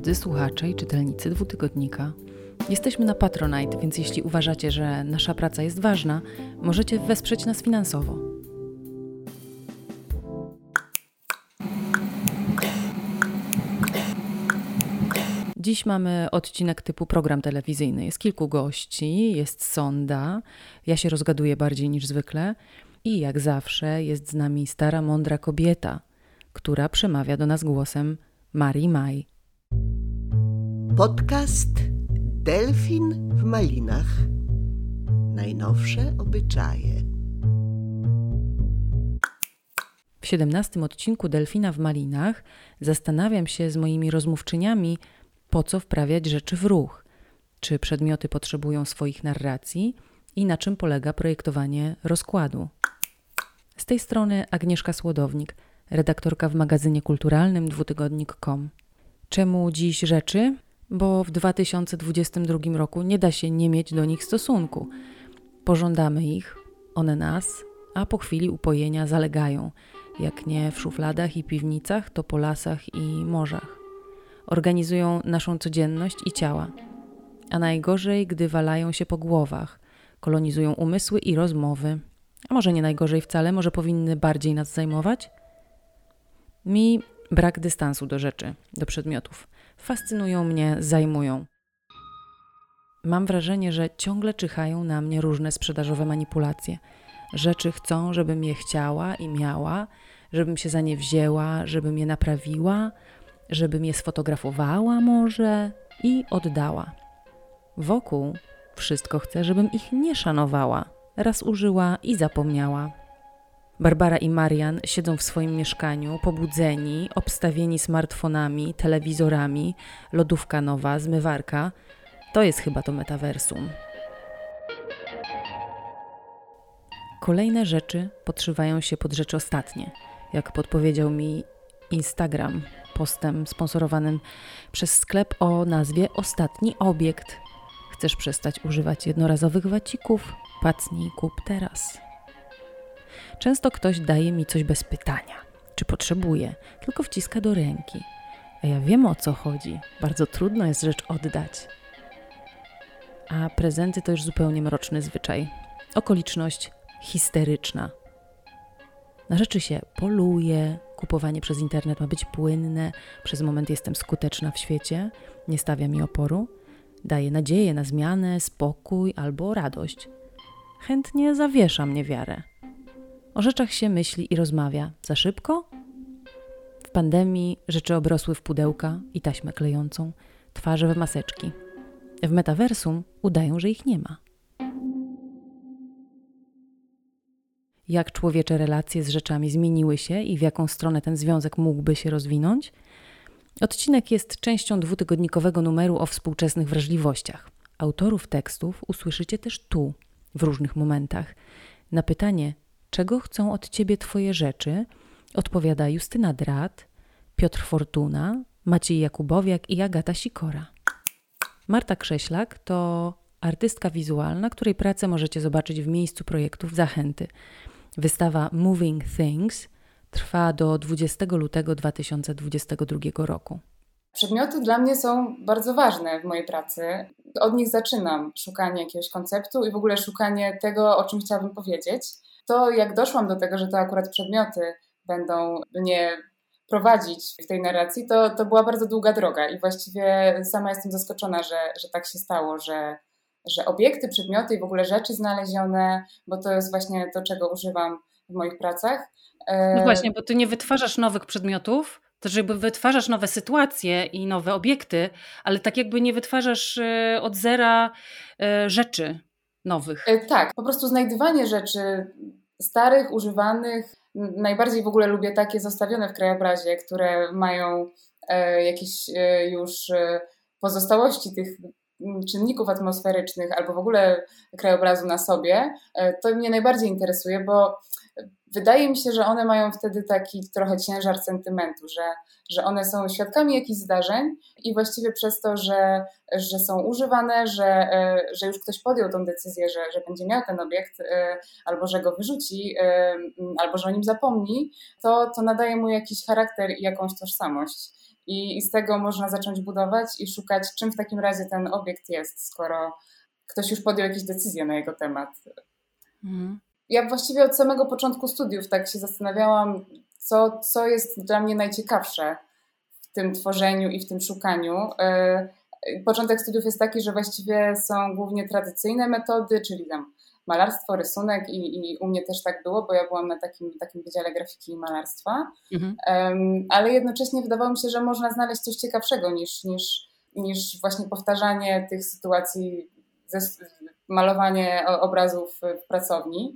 Drodzy słuchacze i czytelnicy Dwutygodnika, jesteśmy na Patronite, więc jeśli uważacie, że nasza praca jest ważna, możecie wesprzeć nas finansowo. Dziś mamy odcinek typu program telewizyjny. Jest kilku gości, jest sonda, ja się rozgaduję bardziej niż zwykle i jak zawsze jest z nami stara, mądra kobieta, która przemawia do nas głosem Marii Maj. Podcast Delfin w Malinach. Najnowsze obyczaje. W 17 odcinku Delfina w Malinach zastanawiam się z moimi rozmówczyniami, po co wprawiać rzeczy w ruch, czy przedmioty potrzebują swoich narracji i na czym polega projektowanie rozkładu. Z tej strony Agnieszka Słodownik, redaktorka w magazynie kulturalnym Dwutygodnik.com. Czemu dziś rzeczy? Bo w 2022 roku nie da się nie mieć do nich stosunku. Pożądamy ich, one nas, a po chwili upojenia zalegają. Jak nie w szufladach i piwnicach, to po lasach i morzach. Organizują naszą codzienność i ciała. A najgorzej, gdy walają się po głowach. Kolonizują umysły i rozmowy. A może nie najgorzej wcale, może powinny bardziej nas zajmować? Mi brak dystansu do rzeczy, do przedmiotów. Fascynują mnie, zajmują. Mam wrażenie, że ciągle czyhają na mnie różne sprzedażowe manipulacje. Rzeczy chcą, żebym je chciała i miała, żebym się za nie wzięła, żebym je naprawiła, żebym je sfotografowała może i oddała. Wokół wszystko chce, żebym ich nie szanowała. Raz użyła i zapomniała. Barbara i Marian siedzą w swoim mieszkaniu, pobudzeni, obstawieni smartfonami, telewizorami, lodówka nowa, zmywarka. To jest chyba to metaversum. Kolejne rzeczy podszywają się pod rzeczy ostatnie, jak podpowiedział mi Instagram postem sponsorowanym przez sklep o nazwie Ostatni Obiekt. Chcesz przestać używać jednorazowych wacików? Pacnij, kup teraz. Często ktoś daje mi coś bez pytania, czy potrzebuje, tylko wciska do ręki. A ja wiem, o co chodzi. Bardzo trudno jest rzecz oddać. A prezenty to już zupełnie mroczny zwyczaj. Okoliczność histeryczna. Na rzeczy się poluje, kupowanie przez internet ma być płynne, przez moment jestem skuteczna w świecie, nie stawia mi oporu, daje nadzieję na zmianę, spokój albo radość. Chętnie zawiesza mnie wiarę. O rzeczach się myśli i rozmawia. Za szybko? W pandemii rzeczy obrosły w pudełka i taśmę klejącą, twarze w maseczki. W metaversum udają, że ich nie ma. Jak człowiecze relacje z rzeczami zmieniły się i w jaką stronę ten związek mógłby się rozwinąć? Odcinek jest częścią dwutygodnikowego numeru o współczesnych wrażliwościach. Autorów tekstów usłyszycie też tu, w różnych momentach. Na pytanie, czego chcą od ciebie twoje rzeczy, odpowiada Justyna Drat, Piotr Fortuna, Maciej Jakubowiak i Agata Sikora. Marta Krześlak to artystka wizualna, której pracę możecie zobaczyć w miejscu projektów Zachęty. Wystawa Moving Things trwa do 20 lutego 2022 roku. Przedmioty dla mnie są bardzo ważne w mojej pracy. Od nich zaczynam szukanie jakiegoś konceptu i w ogóle szukanie tego, o czym chciałabym powiedzieć. To jak doszłam do tego, że to akurat przedmioty będą mnie prowadzić w tej narracji, to była bardzo długa droga i właściwie sama jestem zaskoczona, że tak się stało, że obiekty, przedmioty i w ogóle rzeczy znalezione, bo to jest właśnie to, czego używam w moich pracach. No właśnie, bo ty nie wytwarzasz nowych przedmiotów, to jakby wytwarzasz nowe sytuacje i nowe obiekty, ale tak jakby nie wytwarzasz od zera rzeczy nowych. Tak, po prostu znajdywanie rzeczy starych, używanych. Najbardziej w ogóle lubię takie zostawione w krajobrazie, które mają jakieś już pozostałości tych czynników atmosferycznych albo w ogóle krajobrazu na sobie. To mnie najbardziej interesuje, bo wydaje mi się, że one mają wtedy taki trochę ciężar sentymentu, że one są świadkami jakichś zdarzeń i właściwie przez to, że są używane, że już ktoś podjął tą decyzję, że będzie miał ten obiekt, albo że go wyrzuci, albo że o nim zapomni, to nadaje mu jakiś charakter i jakąś tożsamość. I z tego można zacząć budować i szukać, czym w takim razie ten obiekt jest, skoro ktoś już podjął jakieś decyzje na jego temat. Ja właściwie od samego początku studiów tak się zastanawiałam, co jest dla mnie najciekawsze w tym tworzeniu i w tym szukaniu. Początek studiów jest taki, że właściwie są głównie tradycyjne metody, czyli tam malarstwo, rysunek i u mnie też tak było, bo ja byłam na takim wydziale grafiki i malarstwa, ale jednocześnie wydawało mi się, że można znaleźć coś ciekawszego niż właśnie powtarzanie tych sytuacji, malowanie obrazów w pracowni.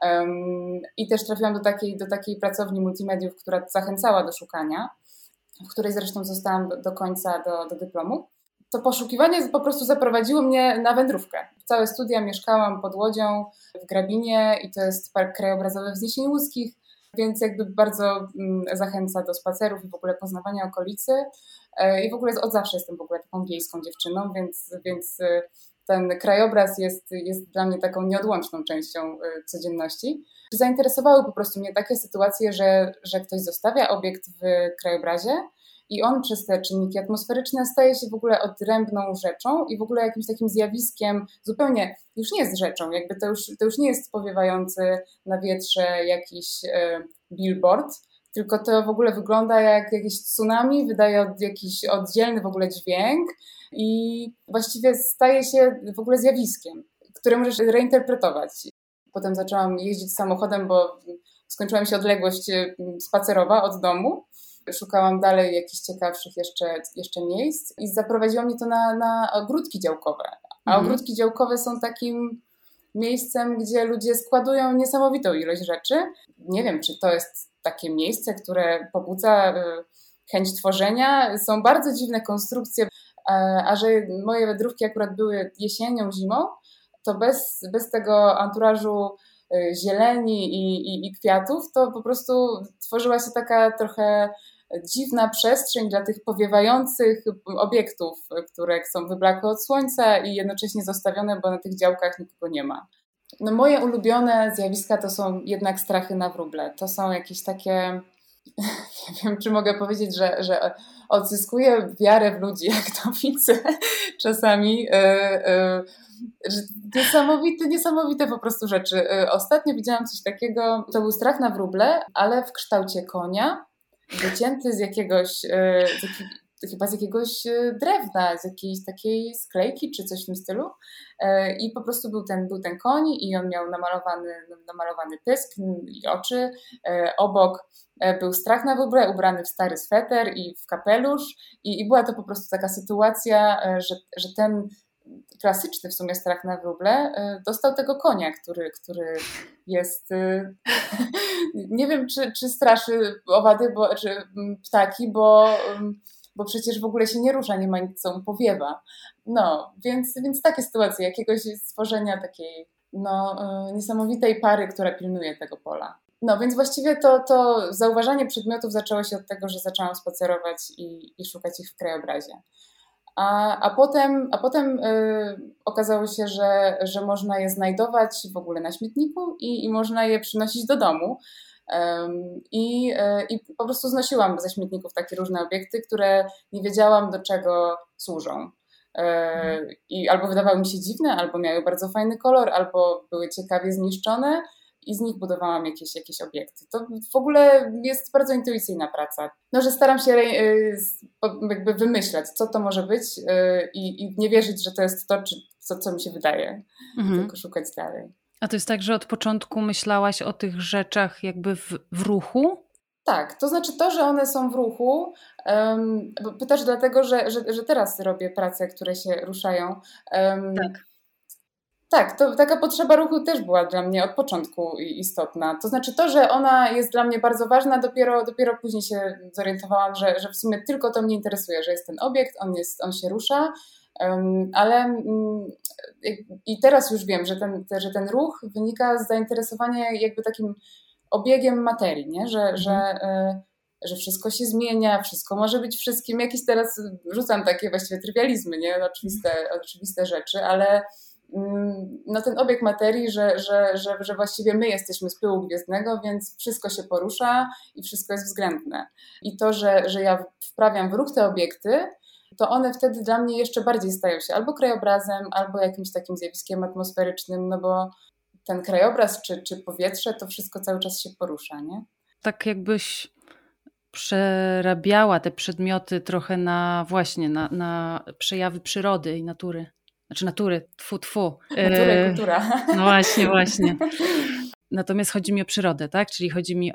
I też trafiłam do takiej pracowni multimediów, która zachęcała do szukania, w której zresztą zostałam do końca do dyplomu. To poszukiwanie po prostu zaprowadziło mnie na wędrówkę. Całe studia mieszkałam pod Łodzią w Grabinie i to jest park krajobrazowy Wzniesień Łódzkich, więc jakby bardzo zachęca do spacerów i w ogóle poznawania okolicy. I w ogóle od zawsze jestem w ogóle taką wiejską dziewczyną, więc ten krajobraz jest dla mnie taką nieodłączną częścią codzienności. Zainteresowały po prostu mnie takie sytuacje, że ktoś zostawia obiekt w krajobrazie i on przez te czynniki atmosferyczne staje się w ogóle odrębną rzeczą i w ogóle jakimś takim zjawiskiem zupełnie, już nie jest rzeczą, jakby to już nie jest powiewający na wietrze jakiś billboard, tylko to w ogóle wygląda jak jakieś tsunami, wydaje jakiś oddzielny w ogóle dźwięk i właściwie staje się w ogóle zjawiskiem, które możesz reinterpretować. Potem zaczęłam jeździć samochodem, bo skończyła mi się odległość spacerowa od domu. Szukałam dalej jakichś ciekawszych jeszcze miejsc i zaprowadziło mnie to na ogródki działkowe. A ogródki działkowe są takim miejscem, gdzie ludzie składują niesamowitą ilość rzeczy. Nie wiem, czy to jest takie miejsce, które pobudza chęć tworzenia. Są bardzo dziwne konstrukcje, a że moje wędrówki akurat były jesienią, zimą, to bez tego anturażu zieleni i kwiatów, to po prostu tworzyła się taka trochę dziwna przestrzeń dla tych powiewających obiektów, które są wyblakłe od słońca i jednocześnie zostawione, bo na tych działkach nikogo nie ma. No moje ulubione zjawiska to są jednak strachy na wróble. To są jakieś takie, nie wiem, czy mogę powiedzieć, że odzyskuję wiarę w ludzi, jak to widzę czasami. Niesamowite po prostu rzeczy. Ostatnio widziałam coś takiego, to był strach na wróble, ale w kształcie konia, wycięty z jakiegoś drewna, z jakiejś takiej sklejki czy coś w tym stylu. I po prostu był ten koń i on miał namalowany pysk i oczy. Obok był strach na wróble, ubrany w stary sweter i w kapelusz. I była to po prostu taka sytuacja, że ten klasyczny w sumie strach na wróble dostał tego konia, który jest nie wiem, czy straszy owady, czy ptaki, bo przecież w ogóle się nie rusza, nie ma nic, co mu powiewa. No, więc takie sytuacje, jakiegoś stworzenia takiej niesamowitej pary, która pilnuje tego pola. No, więc właściwie to zauważanie przedmiotów zaczęło się od tego, że zaczęłam spacerować i szukać ich w krajobrazie. A potem okazało się, że można je znajdować w ogóle na śmietniku i można je przynosić do domu. I po prostu znosiłam ze śmietników takie różne obiekty, które nie wiedziałam, do czego służą. I albo wydawały mi się dziwne, albo miały bardzo fajny kolor, albo były ciekawie zniszczone i z nich budowałam jakieś obiekty. To w ogóle jest bardzo intuicyjna praca. No, że staram się jakby wymyślać, co to może być i nie wierzyć, że to jest to, co mi się wydaje, tylko szukać dalej. A to jest tak, że od początku myślałaś o tych rzeczach jakby w ruchu? Tak, to znaczy to, że one są w ruchu, bo pytasz dlatego, że teraz robię prace, które się ruszają. Tak. Tak, to taka potrzeba ruchu też była dla mnie od początku istotna. To znaczy to, że ona jest dla mnie bardzo ważna, dopiero później się zorientowałam, że w sumie tylko to mnie interesuje, że jest ten obiekt, on się rusza, ale i teraz już wiem, że ten ruch wynika z zainteresowania jakby takim obiegiem materii, nie? Że wszystko się zmienia, wszystko może być wszystkim. Jakieś teraz rzucam takie właściwie trywializmy, nie? Oczywiste rzeczy, ale no ten obieg materii, że właściwie my jesteśmy z pyłu gwiezdnego, więc wszystko się porusza i wszystko jest względne. I to, że ja wprawiam w ruch te obiekty, to one wtedy dla mnie jeszcze bardziej stają się albo krajobrazem, albo jakimś takim zjawiskiem atmosferycznym, no bo ten krajobraz czy powietrze, to wszystko cały czas się porusza, nie? Tak jakbyś przerabiała te przedmioty trochę na przejawy przyrody i natury. Znaczy natury, tfu. Natura i kultura. No właśnie. Natomiast chodzi mi o przyrodę, tak? Czyli chodzi mi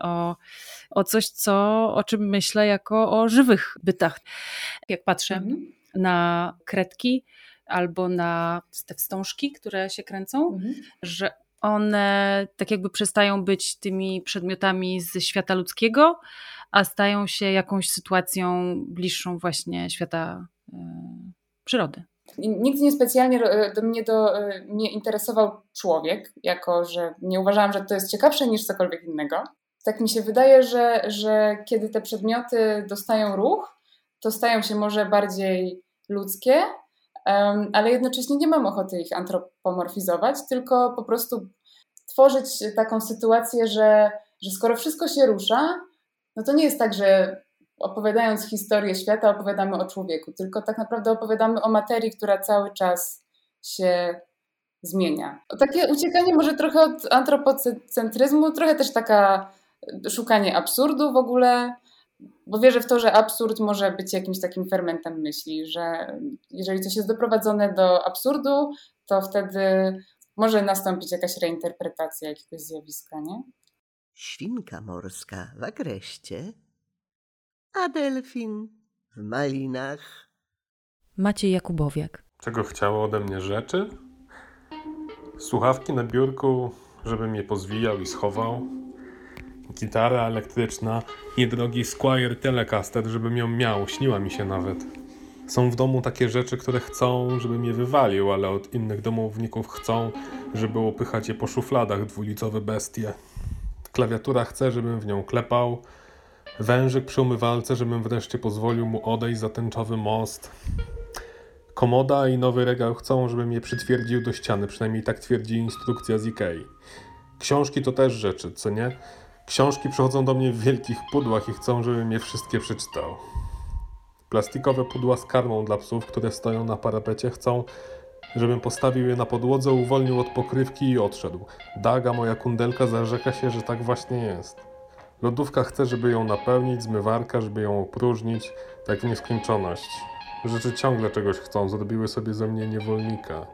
o coś, o czym myślę jako o żywych bytach. Jak patrzę na kredki albo na te wstążki, które się kręcą, że one tak jakby przestają być tymi przedmiotami ze świata ludzkiego, a stają się jakąś sytuacją bliższą właśnie świata przyrody. Nigdy niespecjalnie mnie interesował człowiek, jako że nie uważałam, że to jest ciekawsze niż cokolwiek innego. Tak mi się wydaje, że kiedy te przedmioty dostają ruch, to stają się może bardziej ludzkie, ale jednocześnie nie mam ochoty ich antropomorfizować, tylko po prostu tworzyć taką sytuację, że skoro wszystko się rusza, no to nie jest tak, że opowiadając historię świata opowiadamy o człowieku, tylko tak naprawdę opowiadamy o materii, która cały czas się zmienia. Takie uciekanie może trochę od antropocentryzmu, trochę też taka szukanie absurdu w ogóle, bo wierzę w to, że absurd może być jakimś takim fermentem myśli, że jeżeli coś jest doprowadzone do absurdu, to wtedy może nastąpić jakaś reinterpretacja jakiegoś zjawiska, nie? Świnka morska w Agreście, a delfin w Malinach. Maciej Jakubowiak. Czego chciało ode mnie rzeczy? Słuchawki na biurku, żebym je pozwijał i schował. Gitara elektryczna, niedrogi Squier Telecaster, żebym ją miał, śniła mi się nawet. Są w domu takie rzeczy, które chcą, żebym je wywalił, ale od innych domowników chcą, żeby opychać je po szufladach, dwulicowe bestie. Klawiatura chce, żebym w nią klepał. Wężyk przy umywalce, żebym wreszcie pozwolił mu odejść za tęczowy most. Komoda i nowy regał chcą, żebym je przytwierdził do ściany, przynajmniej tak twierdzi instrukcja z Ikei. Książki to też rzeczy, co nie? Książki przychodzą do mnie w wielkich pudłach i chcą, żebym je wszystkie przeczytał. Plastikowe pudła z karmą dla psów, które stoją na parapecie, chcą, żebym postawił je na podłodze, uwolnił od pokrywki i odszedł. Daga, moja kundelka, zarzeka się, że tak właśnie jest. Lodówka chce, żeby ją napełnić, zmywarka, żeby ją opróżnić, tak w nieskończoność. Rzeczy ciągle czegoś chcą, zrobiły sobie ze mnie niewolnika.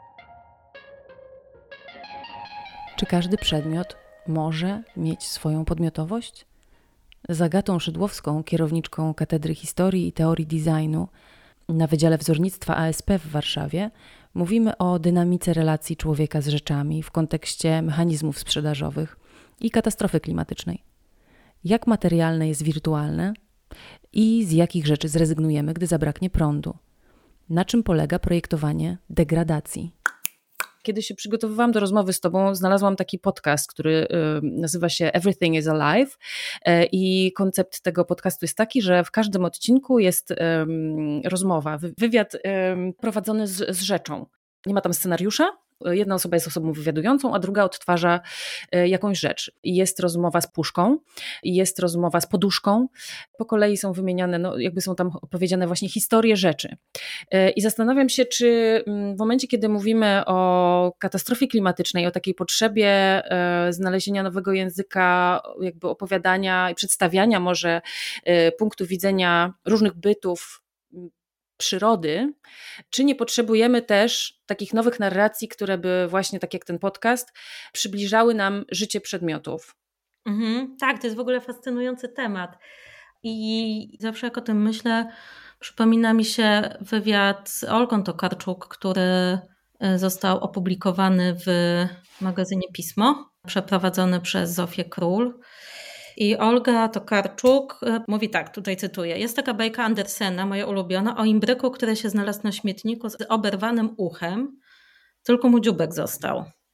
Czy każdy przedmiot może mieć swoją podmiotowość? Z Agatą Szydłowską, kierowniczką Katedry Historii i Teorii Designu na Wydziale Wzornictwa ASP w Warszawie, mówimy o dynamice relacji człowieka z rzeczami w kontekście mechanizmów sprzedażowych i katastrofy klimatycznej. Jak materialne jest wirtualne i z jakich rzeczy zrezygnujemy, gdy zabraknie prądu? Na czym polega projektowanie degradacji? Kiedy się przygotowywałam do rozmowy z tobą, znalazłam taki podcast, który nazywa się Everything is Alive i koncept tego podcastu jest taki, że w każdym odcinku jest rozmowa, wywiad prowadzony z rzeczą. Nie ma tam scenariusza. Jedna osoba jest osobą wywiadującą, a druga odtwarza jakąś rzecz. Jest rozmowa z puszką, jest rozmowa z poduszką. Po kolei są wymieniane, jakby są tam opowiedziane właśnie historie rzeczy. I zastanawiam się, czy w momencie, kiedy mówimy o katastrofie klimatycznej, o takiej potrzebie znalezienia nowego języka, jakby opowiadania i przedstawiania może punktu widzenia różnych bytów, przyrody, czy nie potrzebujemy też takich nowych narracji, które by właśnie, tak jak ten podcast, przybliżały nam życie przedmiotów? Tak, to jest w ogóle fascynujący temat i zawsze jak o tym myślę, przypomina mi się wywiad z Olgą Tokarczuk, który został opublikowany w magazynie Pismo, przeprowadzony przez Zofię Król. I Olga Tokarczuk mówi tak, tutaj cytuję: jest taka bajka Andersena, moja ulubiona, o imbryku, który się znalazł na śmietniku z oberwanym uchem, tylko mu dzióbek został.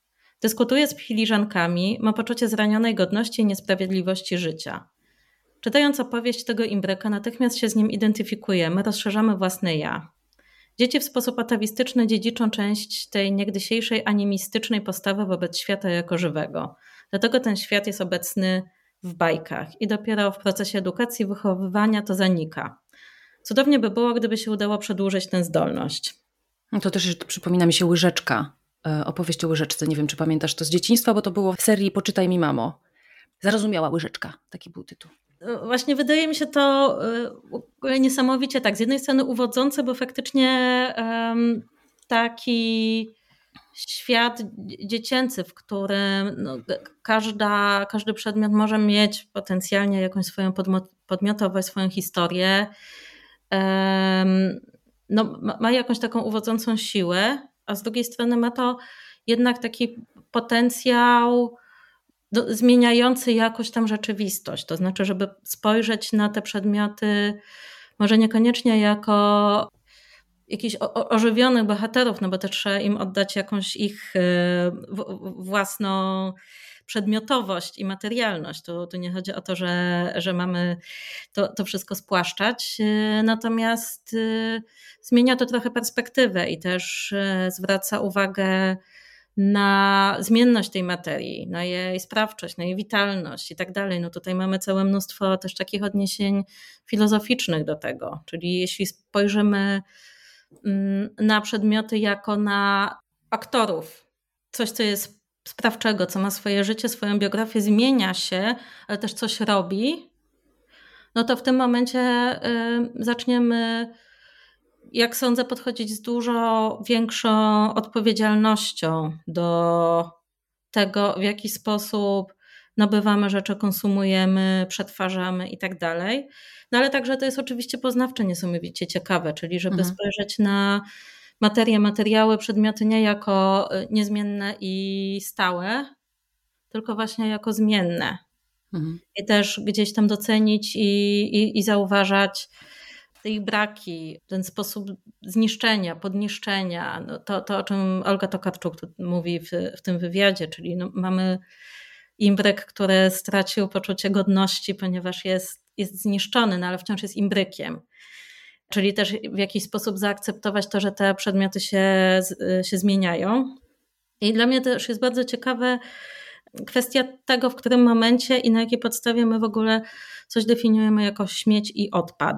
Dyskutuje z filiżankami, ma poczucie zranionej godności i niesprawiedliwości życia. Czytając opowieść tego imbryka, natychmiast się z nim identyfikujemy, rozszerzamy własne ja. Dzieci w sposób atawistyczny dziedziczą część tej niegdysiejszej animistycznej postawy wobec świata jako żywego. Dlatego ten świat jest obecny w bajkach i dopiero w procesie edukacji, wychowywania to zanika. Cudownie by było, gdyby się udało przedłużyć tę zdolność. No to też przypomina mi się Łyżeczka, opowieść o Łyżeczce. Nie wiem, czy pamiętasz to z dzieciństwa, bo to było w serii Poczytaj mi, mamo. Zarozumiała Łyżeczka, taki był tytuł. Właśnie wydaje mi się to w ogóle niesamowicie tak. Z jednej strony uwodzące, bo faktycznie taki świat dziecięcy, w którym każdy przedmiot może mieć potencjalnie jakąś swoją podmiotowość, swoją historię, ma jakąś taką uwodzącą siłę, a z drugiej strony ma to jednak taki potencjał zmieniający jakoś tam rzeczywistość. To znaczy, żeby spojrzeć na te przedmioty może niekoniecznie jako jakichś ożywionych bohaterów, no bo też trzeba im oddać jakąś ich własną przedmiotowość i materialność. Tu nie chodzi o to, że mamy to wszystko spłaszczać, natomiast zmienia to trochę perspektywę i też zwraca uwagę na zmienność tej materii, na jej sprawczość, na jej witalność i tak dalej. No tutaj mamy całe mnóstwo też takich odniesień filozoficznych do tego, czyli jeśli spojrzymy na przedmioty jako na aktorów, coś co jest sprawczego, co ma swoje życie, swoją biografię, zmienia się, ale też coś robi, no to w tym momencie zaczniemy, jak sądzę, podchodzić z dużo większą odpowiedzialnością do tego, w jaki sposób nabywamy rzeczy, konsumujemy, przetwarzamy i tak dalej. No ale także to jest oczywiście poznawcze niesamowicie ciekawe, czyli żeby spojrzeć na materiały, przedmioty nie jako niezmienne i stałe, tylko właśnie jako zmienne. I też gdzieś tam docenić i zauważać te ich braki, ten sposób zniszczenia, podniszczenia, no to o czym Olga Tokarczuk mówi w tym wywiadzie, czyli no mamy imbryk, który stracił poczucie godności, ponieważ jest zniszczony, no ale wciąż jest imbrykiem. Czyli też w jakiś sposób zaakceptować to, że te przedmioty się zmieniają. I dla mnie też jest bardzo ciekawe kwestia tego, w którym momencie i na jakiej podstawie my w ogóle coś definiujemy jako śmieć i odpad.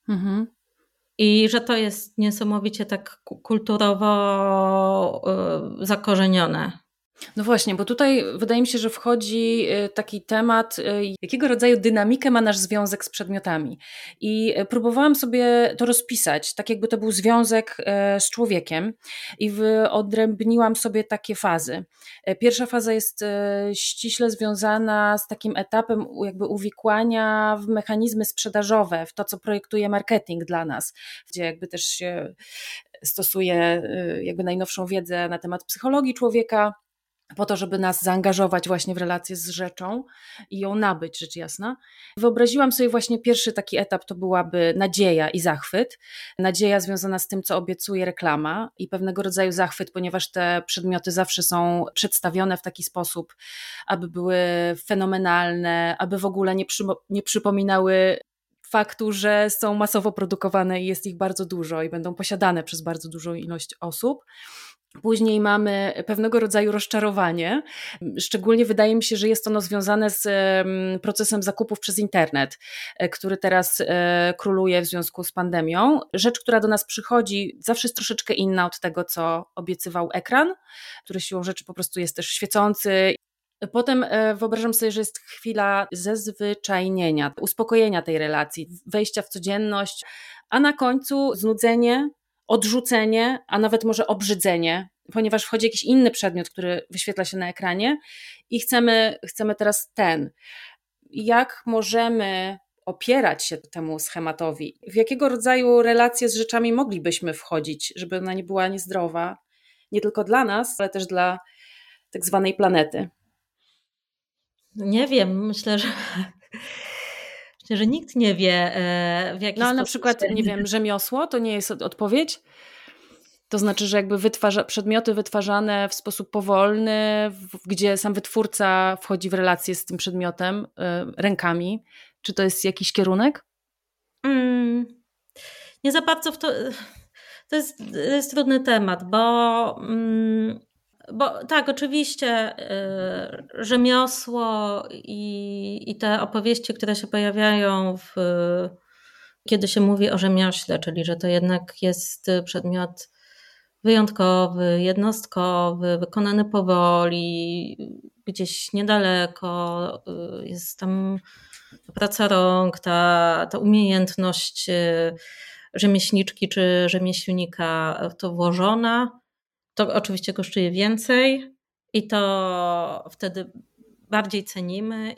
I że to jest niesamowicie tak kulturowo zakorzenione. No właśnie, bo tutaj wydaje mi się, że wchodzi taki temat, jakiego rodzaju dynamikę ma nasz związek z przedmiotami. I próbowałam sobie to rozpisać, tak jakby to był związek z człowiekiem i wyodrębniłam sobie takie fazy. Pierwsza faza jest ściśle związana z takim etapem jakby uwikłania w mechanizmy sprzedażowe, w to, co projektuje marketing dla nas, gdzie jakby też się stosuje jakby najnowszą wiedzę na temat psychologii człowieka, po to, żeby nas zaangażować właśnie w relację z rzeczą i ją nabyć, rzecz jasna. Wyobraziłam sobie właśnie pierwszy taki etap, to byłaby nadzieja i zachwyt. Nadzieja związana z tym, co obiecuje reklama i pewnego rodzaju zachwyt, ponieważ te przedmioty zawsze są przedstawione w taki sposób, aby były fenomenalne, aby w ogóle nie przypominały faktu, że są masowo produkowane i jest ich bardzo dużo i będą posiadane przez bardzo dużą ilość osób. Później mamy pewnego rodzaju rozczarowanie. Szczególnie wydaje mi się, że jest ono związane z procesem zakupów przez internet, który teraz króluje w związku z pandemią. Rzecz, która do nas przychodzi, zawsze jest troszeczkę inna od tego, co obiecywał ekran, który siłą rzeczy po prostu jest też świecący. Potem wyobrażam sobie, że jest chwila zezwyczajnienia, uspokojenia tej relacji, wejścia w codzienność, a na końcu znudzenie, odrzucenie, a nawet może obrzydzenie, ponieważ wchodzi jakiś inny przedmiot, który wyświetla się na ekranie i chcemy teraz ten. Jak możemy opierać się temu schematowi? W jakiego rodzaju relacje z rzeczami moglibyśmy wchodzić, żeby ona nie była niezdrowa, nie tylko dla nas, ale też dla tak zwanej planety? Nie wiem, myślę, że nikt nie wie, w jaki sposób. No ale na przykład, nie wiem, rzemiosło to nie jest odpowiedź? To znaczy, że jakby przedmioty wytwarzane w sposób powolny, gdzie sam wytwórca wchodzi w relację z tym przedmiotem rękami. Czy to jest jakiś kierunek? Nie za bardzo w to... To jest trudny temat, bo tak, oczywiście rzemiosło i te opowieści, które się pojawiają kiedy się mówi o rzemiośle, czyli że to jednak jest przedmiot wyjątkowy, jednostkowy, wykonany powoli, gdzieś niedaleko, jest tam praca rąk, ta umiejętność rzemieślniczki czy rzemieślnika w to włożona, to oczywiście kosztuje więcej i to wtedy bardziej cenimy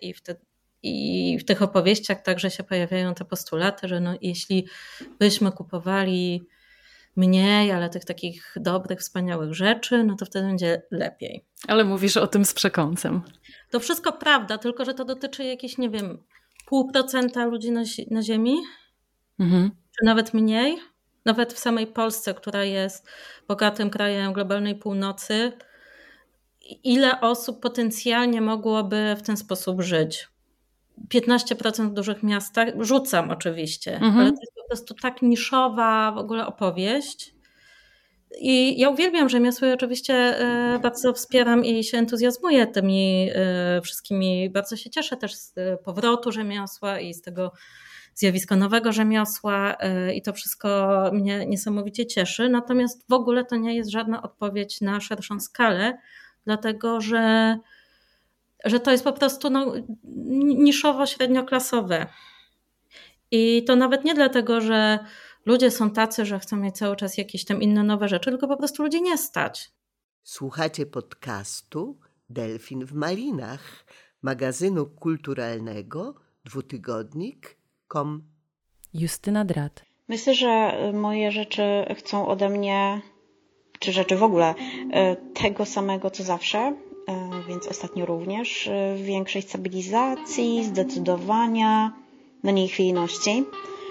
i w tych opowieściach także się pojawiają te postulaty, że no, jeśli byśmy kupowali mniej, ale tych takich dobrych, wspaniałych rzeczy, no to wtedy będzie lepiej. Ale mówisz o tym z przekąsem. To wszystko prawda, tylko że to dotyczy jakieś, nie wiem, 0,5% ludzi na Ziemi, czy nawet mniej. Nawet w samej Polsce, która jest bogatym krajem globalnej północy, ile osób potencjalnie mogłoby w ten sposób żyć? 15% w dużych miastach, rzucam oczywiście, ale to jest po prostu tak niszowa w ogóle opowieść. I ja uwielbiam rzemiosło i oczywiście bardzo wspieram i się entuzjazmuję tymi wszystkimi. Bardzo się cieszę też z powrotu rzemiosła i z tego zjawiska nowego rzemiosła i to wszystko mnie niesamowicie cieszy. Natomiast w ogóle to nie jest żadna odpowiedź na szerszą skalę, dlatego że to jest po prostu niszowo-średnioklasowe. I to nawet nie dlatego, że ludzie są tacy, że chcą mieć cały czas jakieś tam inne nowe rzeczy, tylko po prostu ludzi nie stać. Słuchacie podcastu Delfin w Malinach, magazynu kulturalnego dwutygodnik.com. Justyna Drat. Myślę, że moje rzeczy chcą ode mnie, czy rzeczy w ogóle, tego samego co zawsze, więc ostatnio również, większej stabilizacji, zdecydowania, chwiejności.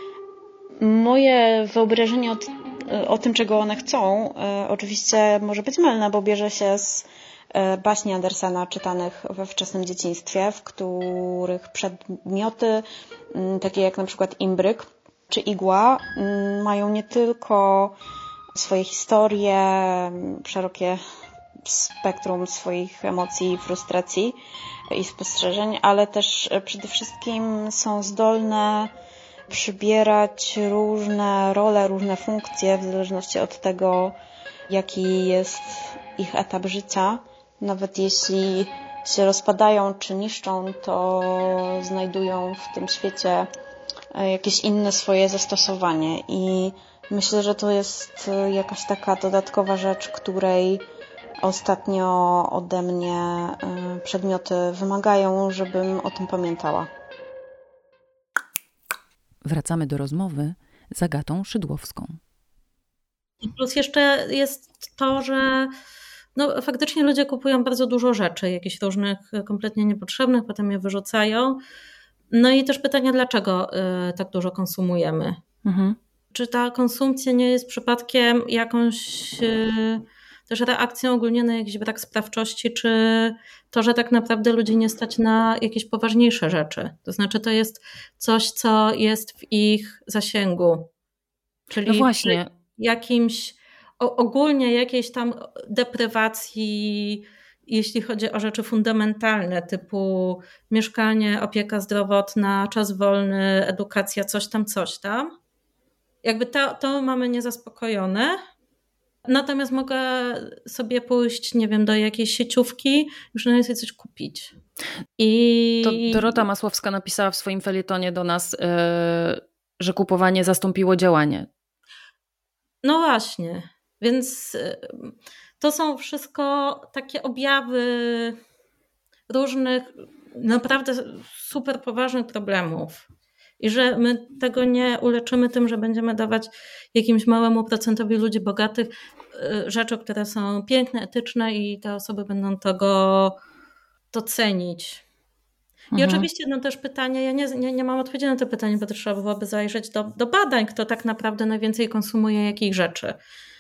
Moje wyobrażenie o tym, czego one chcą, oczywiście może być mylne, bo bierze się z baśni Andersena czytanych we wczesnym dzieciństwie, w których przedmioty, takie jak na przykład imbryk czy igła, mają nie tylko swoje historie, szerokie spektrum swoich emocji, frustracji i spostrzeżeń, ale też przede wszystkim są zdolne przybierać różne role, różne funkcje w zależności od tego, jaki jest ich etap życia. Nawet jeśli się rozpadają czy niszczą, to znajdują w tym świecie jakieś inne swoje zastosowanie i myślę, że to jest jakaś taka dodatkowa rzecz, której ostatnio ode mnie przedmioty wymagają, żebym o tym pamiętała. Wracamy do rozmowy z Agatą Szydłowską. Plus jeszcze jest to, że faktycznie ludzie kupują bardzo dużo rzeczy, jakichś różnych kompletnie niepotrzebnych, potem je wyrzucają. No i też pytanie, dlaczego tak dużo konsumujemy? Czy ta konsumpcja nie jest przypadkiem jakąś też reakcją ogólnie na jakiś brak sprawczości, czy to, że tak naprawdę ludzi nie stać na jakieś poważniejsze rzeczy? To znaczy to jest coś, co jest w ich zasięgu. Czyli no właśnie. Ogólnie jakiejś tam deprywacji, jeśli chodzi o rzeczy fundamentalne, typu mieszkanie, opieka zdrowotna, czas wolny, edukacja, coś tam. Jakby to mamy niezaspokojone. Natomiast mogę sobie pójść, nie wiem, do jakiejś sieciówki, już na sobie coś kupić. To Dorota Masłowska napisała w swoim felietonie do nas, że kupowanie zastąpiło działanie. No właśnie, więc to są wszystko takie objawy różnych naprawdę super poważnych problemów. I że my tego nie uleczymy tym, że będziemy dawać jakimś małemu procentowi ludzi bogatych rzeczy, które są piękne, etyczne i te osoby będą to cenić. I oczywiście też pytanie, ja nie mam odpowiedzi na to pytanie, bo to trzeba byłoby zajrzeć do badań, kto tak naprawdę najwięcej konsumuje jakich rzeczy.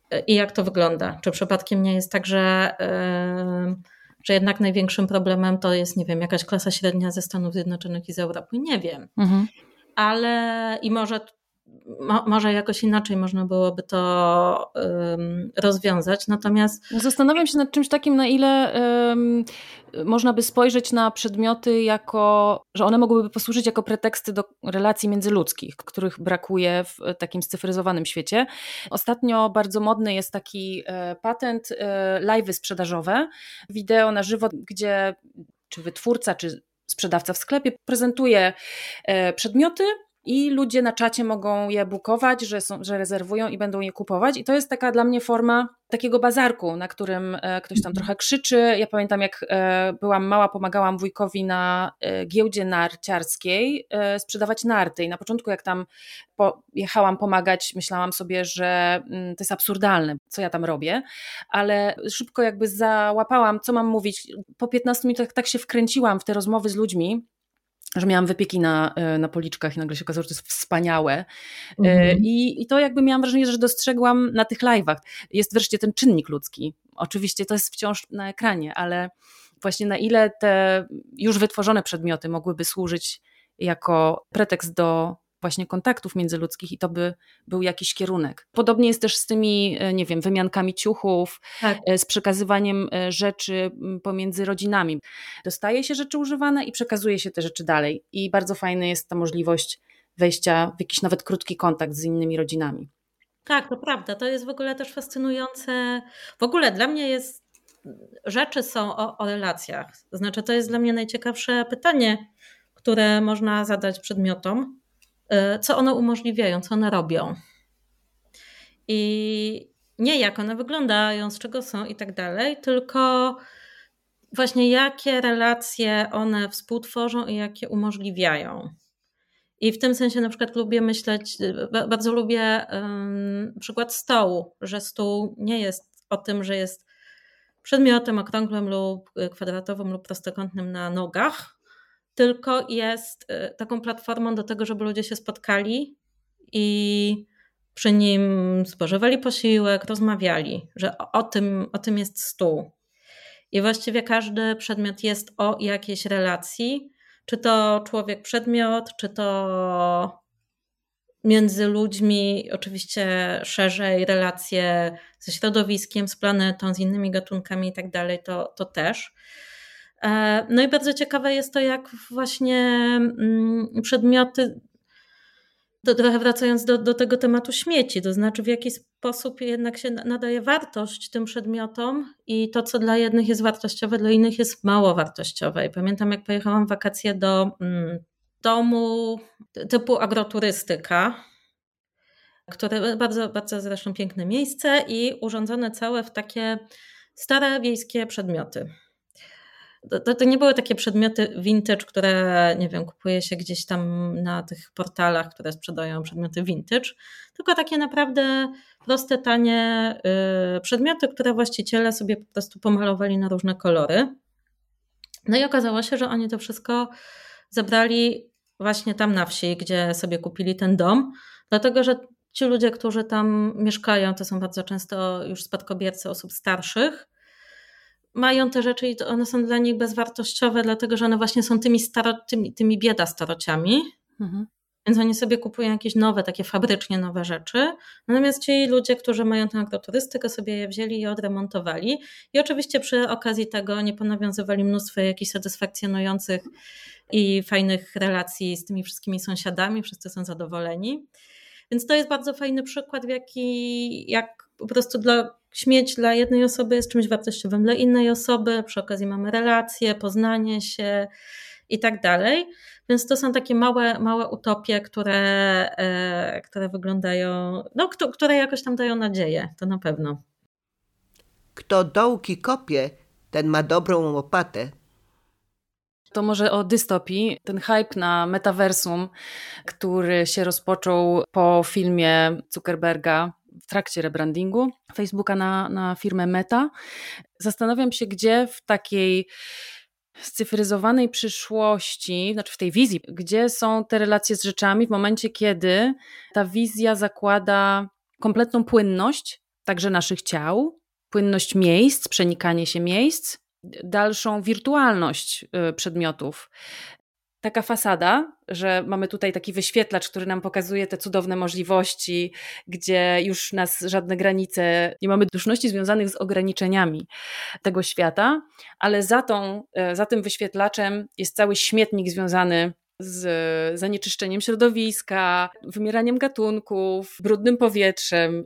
i jak to wygląda. Czy przypadkiem nie jest tak, że jednak największym problemem to jest, nie wiem, jakaś klasa średnia ze Stanów Zjednoczonych i z Europy? Nie wiem. Ale i może jakoś inaczej można byłoby to rozwiązać. Natomiast zastanawiam się nad czymś takim, na ile można by spojrzeć na przedmioty jako, że one mogłyby posłużyć jako preteksty do relacji międzyludzkich, których brakuje w takim scyfryzowanym świecie. Ostatnio bardzo modny jest taki patent, live'y sprzedażowe, wideo na żywo, gdzie czy wytwórca, czy sprzedawca w sklepie prezentuje przedmioty i ludzie na czacie mogą je bookować, że rezerwują i będą je kupować. I to jest taka dla mnie forma takiego bazarku, na którym ktoś tam trochę krzyczy. Ja pamiętam, jak byłam mała, pomagałam wujkowi na giełdzie narciarskiej sprzedawać narty. I na początku, jak tam jechałam pomagać, myślałam sobie, że to jest absurdalne, co ja tam robię, ale szybko jakby załapałam, co mam mówić. Po 15 minutach tak się wkręciłam w te rozmowy z ludźmi, że miałam wypieki na policzkach i nagle się okazało, że to jest wspaniałe. I to jakby miałam wrażenie, że dostrzegłam na tych live'ach. Jest wreszcie ten czynnik ludzki. Oczywiście to jest wciąż na ekranie, ale właśnie na ile te już wytworzone przedmioty mogłyby służyć jako pretekst do właśnie kontaktów międzyludzkich i to by był jakiś kierunek. Podobnie jest też z tymi, nie wiem, wymiankami ciuchów, tak, z przekazywaniem rzeczy pomiędzy rodzinami. Dostaje się rzeczy używane i przekazuje się te rzeczy dalej. I bardzo fajna jest ta możliwość wejścia w jakiś nawet krótki kontakt z innymi rodzinami. Tak, to prawda. To jest w ogóle też fascynujące. W ogóle dla mnie rzeczy są o relacjach. To znaczy, to jest dla mnie najciekawsze pytanie, które można zadać przedmiotom. Co one umożliwiają, co one robią. I nie jak one wyglądają, z czego są i tak dalej, tylko właśnie jakie relacje one współtworzą i jakie umożliwiają. I w tym sensie na przykład lubię myśleć, bardzo lubię przykład stołu, że stół nie jest o tym, że jest przedmiotem okrągłym lub kwadratowym lub prostokątnym na nogach, tylko jest taką platformą do tego, żeby ludzie się spotkali i przy nim spożywali posiłek, rozmawiali, że o tym jest stół. I właściwie każdy przedmiot jest o jakiejś relacji, czy to człowiek-przedmiot, czy to między ludźmi, oczywiście szerzej relacje ze środowiskiem, z planetą, z innymi gatunkami i tak dalej, to też. No i bardzo ciekawe jest to, jak właśnie przedmioty, trochę wracając do tego tematu śmieci, to znaczy w jaki sposób jednak się nadaje wartość tym przedmiotom i to, co dla jednych jest wartościowe, dla innych jest mało wartościowe. I pamiętam, jak pojechałam w wakacje do domu typu agroturystyka, które bardzo, bardzo zresztą piękne miejsce i urządzone całe w takie stare wiejskie przedmioty. To nie były takie przedmioty vintage, które, nie wiem, kupuje się gdzieś tam na tych portalach, które sprzedają przedmioty vintage, tylko takie naprawdę proste, tanie przedmioty, które właściciele sobie po prostu pomalowali na różne kolory. No i okazało się, że oni to wszystko zebrali właśnie tam na wsi, gdzie sobie kupili ten dom, dlatego że ci ludzie, którzy tam mieszkają, to są bardzo często już spadkobiercy osób starszych, mają te rzeczy i one są dla nich bezwartościowe, dlatego że one właśnie są tymi bieda starociami. Więc oni sobie kupują jakieś nowe, takie fabrycznie nowe rzeczy. Natomiast ci ludzie, którzy mają tę agroturystykę, sobie je wzięli i odremontowali. I oczywiście przy okazji tego nie ponawiązywali mnóstwo jakichś satysfakcjonujących i fajnych relacji z tymi wszystkimi sąsiadami. Wszyscy są zadowoleni. Więc to jest bardzo fajny przykład, jak po prostu śmieć dla jednej osoby jest czymś wartościowym dla innej osoby. Przy okazji mamy relacje, poznanie się i tak dalej. Więc to są takie małe utopie, które wyglądają, no, które jakoś tam dają nadzieję, to na pewno. Kto dołki kopie, ten ma dobrą łopatę. To może o dystopii. Ten hype na metaversum, który się rozpoczął po filmie Zuckerberga w trakcie rebrandingu Facebooka na firmę Meta. Zastanawiam się, gdzie w takiej scyfryzowanej przyszłości, znaczy w tej wizji, gdzie są te relacje z rzeczami w momencie, kiedy ta wizja zakłada kompletną płynność także naszych ciał, płynność miejsc, przenikanie się miejsc, dalszą wirtualność przedmiotów. Taka fasada, że mamy tutaj taki wyświetlacz, który nam pokazuje te cudowne możliwości, gdzie już nas żadne granice, nie mamy duszności związanych z ograniczeniami tego świata, ale za tym wyświetlaczem jest cały śmietnik związany z zanieczyszczeniem środowiska, wymieraniem gatunków, brudnym powietrzem.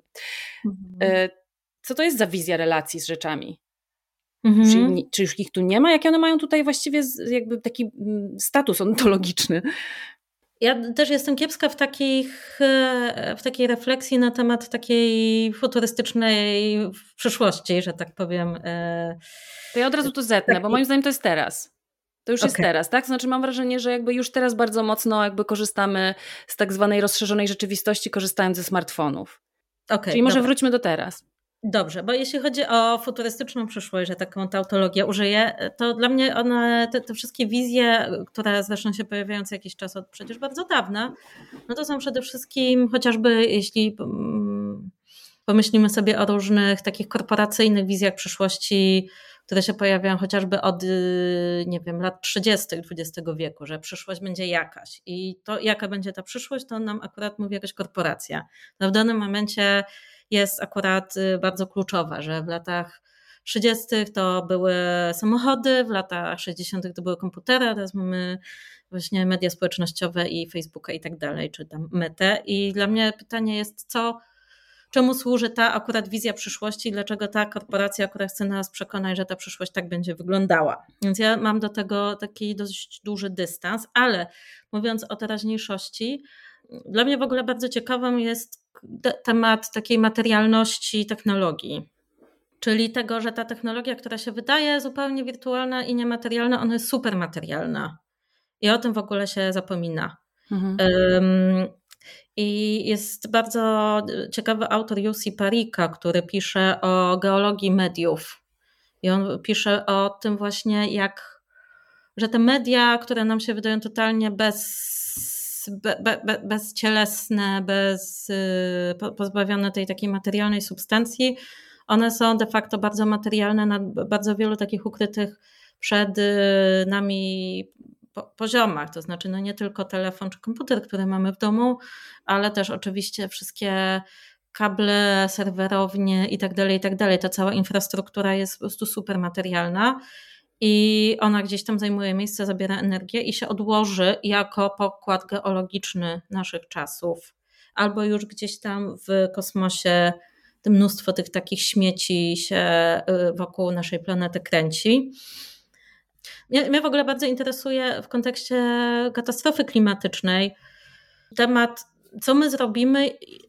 Co to jest za wizja relacji z rzeczami? Czy już ich tu nie ma? Jakie one mają tutaj właściwie jakby taki status ontologiczny? Ja też jestem kiepska w takiej refleksji na temat takiej futurystycznej przyszłości, że tak powiem. To ja od razu to zetnę, bo moim zdaniem to jest teraz. To już jest teraz, tak? Znaczy mam wrażenie, że jakby już teraz bardzo mocno jakby korzystamy z tak zwanej rozszerzonej rzeczywistości, korzystając ze smartfonów. Czyli może wróćmy do teraz. Dobrze, bo jeśli chodzi o futurystyczną przyszłość, że taką tautologię użyję, to dla mnie one, te wszystkie wizje, które zresztą się pojawiają co jakiś czas od przecież bardzo dawna, no to są przede wszystkim chociażby jeśli pomyślimy sobie o różnych takich korporacyjnych wizjach przyszłości, które się pojawiają chociażby od, nie wiem, lat 30. XX wieku, że przyszłość będzie jakaś i to jaka będzie ta przyszłość, to nam akurat mówi jakaś korporacja. No w danym momencie jest akurat bardzo kluczowa, że w latach 30. to były samochody, w latach 60. to były komputery, a teraz mamy właśnie media społecznościowe i Facebooka i tak dalej, czy tam Metę. I dla mnie pytanie jest, czemu służy ta akurat wizja przyszłości i dlaczego ta korporacja, która chce nas przekonać, że ta przyszłość tak będzie wyglądała. Więc ja mam do tego taki dość duży dystans, ale mówiąc o teraźniejszości, dla mnie w ogóle bardzo ciekawym jest temat takiej materialności technologii. Czyli tego, że ta technologia, która się wydaje zupełnie wirtualna i niematerialna, ona jest supermaterialna. I o tym w ogóle się zapomina. I jest bardzo ciekawy autor Jussi Parikka, który pisze o geologii mediów. I on pisze o tym właśnie, że te media, które nam się wydają totalnie bezcielesne, pozbawione tej takiej materialnej substancji, one są de facto bardzo materialne na bardzo wielu takich ukrytych przed nami poziomach, to znaczy no nie tylko telefon czy komputer, który mamy w domu, ale też oczywiście wszystkie kable, serwerownie i tak dalej. Ta cała infrastruktura jest po prostu super materialna i ona gdzieś tam zajmuje miejsce, zabiera energię i się odłoży jako pokład geologiczny naszych czasów. Albo już gdzieś tam w kosmosie mnóstwo tych takich śmieci się wokół naszej planety kręci. Mnie w ogóle bardzo interesuje w kontekście katastrofy klimatycznej temat, co my zrobimy,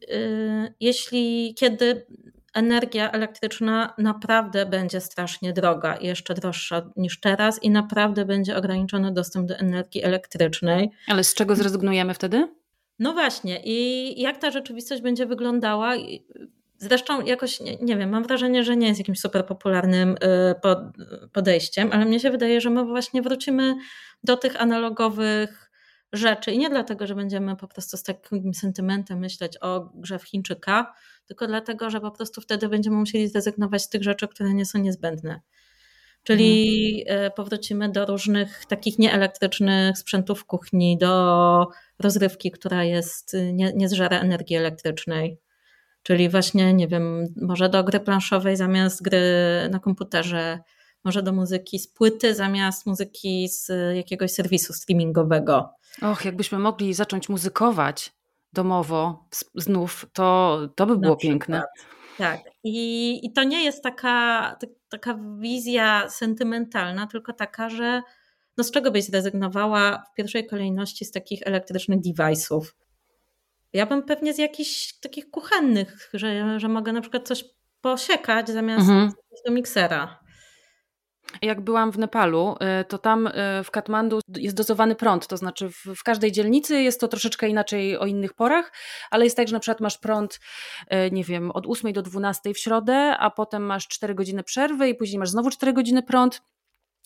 kiedy energia elektryczna naprawdę będzie strasznie droga, jeszcze droższa niż teraz i naprawdę będzie ograniczony dostęp do energii elektrycznej. Ale z czego zrezygnujemy wtedy? No właśnie i jak ta rzeczywistość będzie wyglądała? Zresztą jakoś, nie wiem, mam wrażenie, że nie jest jakimś super popularnym podejściem, ale mnie się wydaje, że my właśnie wrócimy do tych analogowych rzeczy i nie dlatego, że będziemy po prostu z takim sentymentem myśleć o grze w Chińczyka, tylko dlatego, że po prostu wtedy będziemy musieli zrezygnować z tych rzeczy, które nie są niezbędne. Czyli powrócimy do różnych takich nieelektrycznych sprzętów kuchni, do rozrywki, która nie zżera energii elektrycznej. Czyli właśnie, nie wiem, może do gry planszowej zamiast gry na komputerze, może do muzyki z płyty zamiast muzyki z jakiegoś serwisu streamingowego. Och, jakbyśmy mogli zacząć muzykować domowo znów, to by było piękne. Tak. I to nie jest taka wizja sentymentalna, tylko taka, że no z czego byś zrezygnowała w pierwszej kolejności z takich elektrycznych device'ów? Ja bym pewnie z jakichś takich kuchennych, że mogę na przykład coś posiekać zamiast do miksera. Jak byłam w Nepalu, to tam w Katmandu jest dozowany prąd, to znaczy w każdej dzielnicy jest to troszeczkę inaczej o innych porach, ale jest tak, że na przykład masz prąd, nie wiem, od 8 do 12 w środę, a potem masz 4 godziny przerwy i później masz znowu 4 godziny prąd.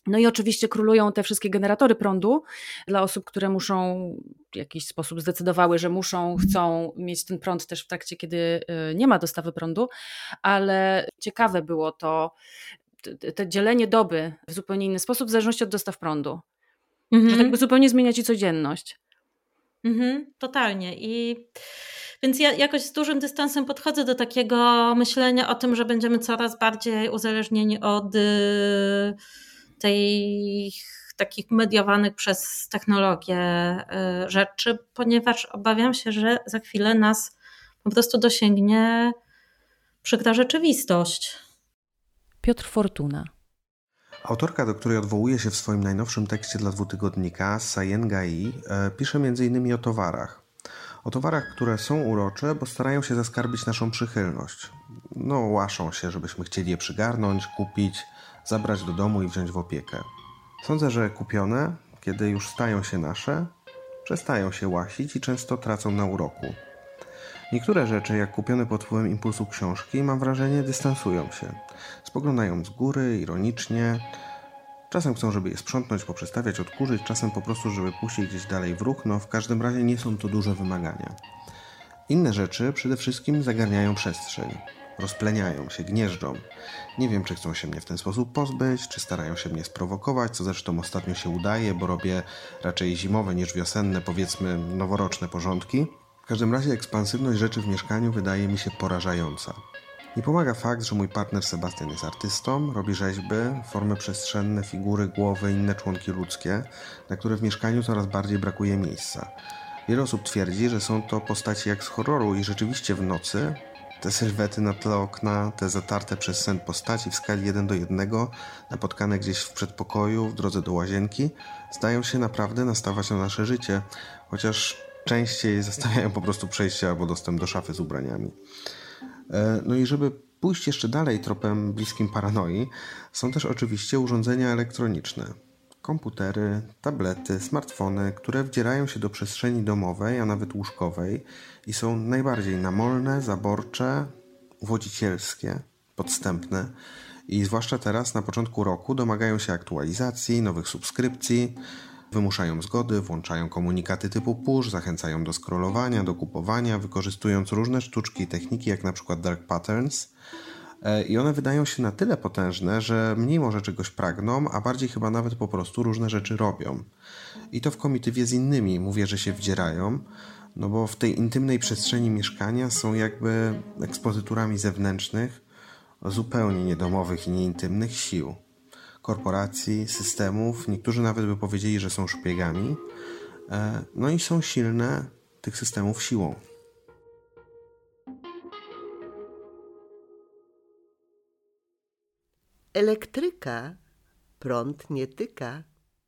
No i oczywiście królują te wszystkie generatory prądu dla osób, które muszą w jakiś sposób zdecydowały, że chcą mieć ten prąd też w trakcie, kiedy nie ma dostawy prądu, ale ciekawe było to dzielenie doby w zupełnie inny sposób w zależności od dostaw prądu. Że tak by zupełnie zmienia ci codzienność. Totalnie. Więc ja jakoś z dużym dystansem podchodzę do takiego myślenia o tym, że będziemy coraz bardziej uzależnieni od takich mediowanych przez technologię rzeczy, ponieważ obawiam się, że za chwilę nas po prostu dosięgnie przykra rzeczywistość. Piotr Fortuna. Autorka, do której odwołuje się w swoim najnowszym tekście dla dwutygodnika, Sayen Gai, pisze m.in. o towarach. O towarach, które są urocze, bo starają się zaskarbić naszą przychylność. No, łaszą się, żebyśmy chcieli je przygarnąć, kupić, zabrać do domu i wziąć w opiekę. Sądzę, że kupione, kiedy już stają się nasze, przestają się łasić i często tracą na uroku. Niektóre rzeczy, jak kupione pod wpływem impulsu książki, mam wrażenie, dystansują się. Spoglądają z góry, ironicznie. Czasem chcą, żeby je sprzątnąć, poprzestawiać, odkurzyć, czasem po prostu, żeby puścić gdzieś dalej w ruch, no w każdym razie nie są to duże wymagania. Inne rzeczy przede wszystkim zagarniają przestrzeń. Rozpleniają się, gnieżdżą. Nie wiem, czy chcą się mnie w ten sposób pozbyć, czy starają się mnie sprowokować, co zresztą ostatnio się udaje, bo robię raczej zimowe niż wiosenne, powiedzmy noworoczne porządki. W każdym razie ekspansywność rzeczy w mieszkaniu wydaje mi się porażająca. Nie pomaga fakt, że mój partner Sebastian jest artystą, robi rzeźby, formy przestrzenne, figury, głowy, inne członki ludzkie, na które w mieszkaniu coraz bardziej brakuje miejsca. Wiele osób twierdzi, że są to postaci jak z horroru i rzeczywiście w nocy te sylwety na tle okna, te zatarte przez sen postaci w skali 1:1, napotkane gdzieś w przedpokoju, w drodze do łazienki, zdają się naprawdę nastawać na nasze życie, chociaż częściej zostawiają po prostu przejście albo dostęp do szafy z ubraniami. No i żeby pójść jeszcze dalej tropem bliskim paranoi, są też oczywiście urządzenia elektroniczne. Komputery, tablety, smartfony, które wdzierają się do przestrzeni domowej, a nawet łóżkowej i są najbardziej namolne, zaborcze, uwodzicielskie, podstępne i zwłaszcza teraz na początku roku domagają się aktualizacji, nowych subskrypcji, wymuszają zgody, włączają komunikaty typu push, zachęcają do scrollowania, do kupowania, wykorzystując różne sztuczki i techniki, jak na przykład dark patterns. I one wydają się na tyle potężne, że mniej może czegoś pragną, a bardziej chyba nawet po prostu różne rzeczy robią. I to w komitywie z innymi mówię, że się wdzierają, no bo w tej intymnej przestrzeni mieszkania są jakby ekspozyturami zewnętrznych, zupełnie niedomowych i nieintymnych sił. Korporacji, systemów, niektórzy nawet by powiedzieli, że są szpiegami, no i są silne tych systemów siłą. Elektryka prąd nie tyka.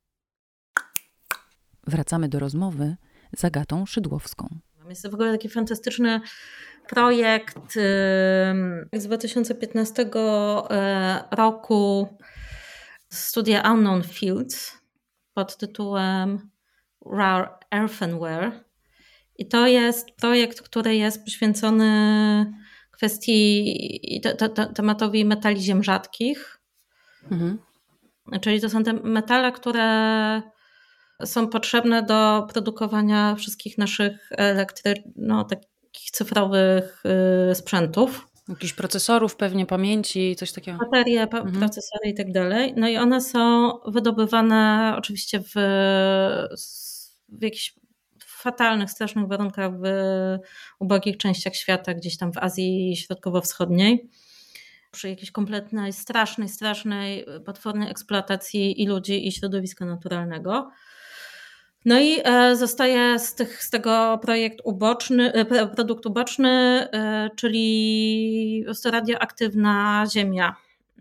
Wracamy do rozmowy z Agatą Szydłowską. Jest w ogóle taki fantastyczny projekt z 2015 roku studia Unknown Fields pod tytułem Rare Earthenware. I to jest projekt, który jest poświęcony kwestii, tematowi metali ziem rzadkich. Czyli to są te metale, które są potrzebne do produkowania wszystkich naszych takich cyfrowych sprzętów. Jakichś procesorów, pewnie pamięci, coś takiego. Baterie, procesory i tak dalej. No i one są wydobywane oczywiście w jakichś fatalnych, strasznych warunkach w ubogich częściach świata, gdzieś tam w Azji Środkowo-Wschodniej. Przy jakiejś kompletnej, strasznej, potwornej eksploatacji i ludzi, i środowiska naturalnego. No i zostaje z tego produkt uboczny, czyli radioaktywna ziemia.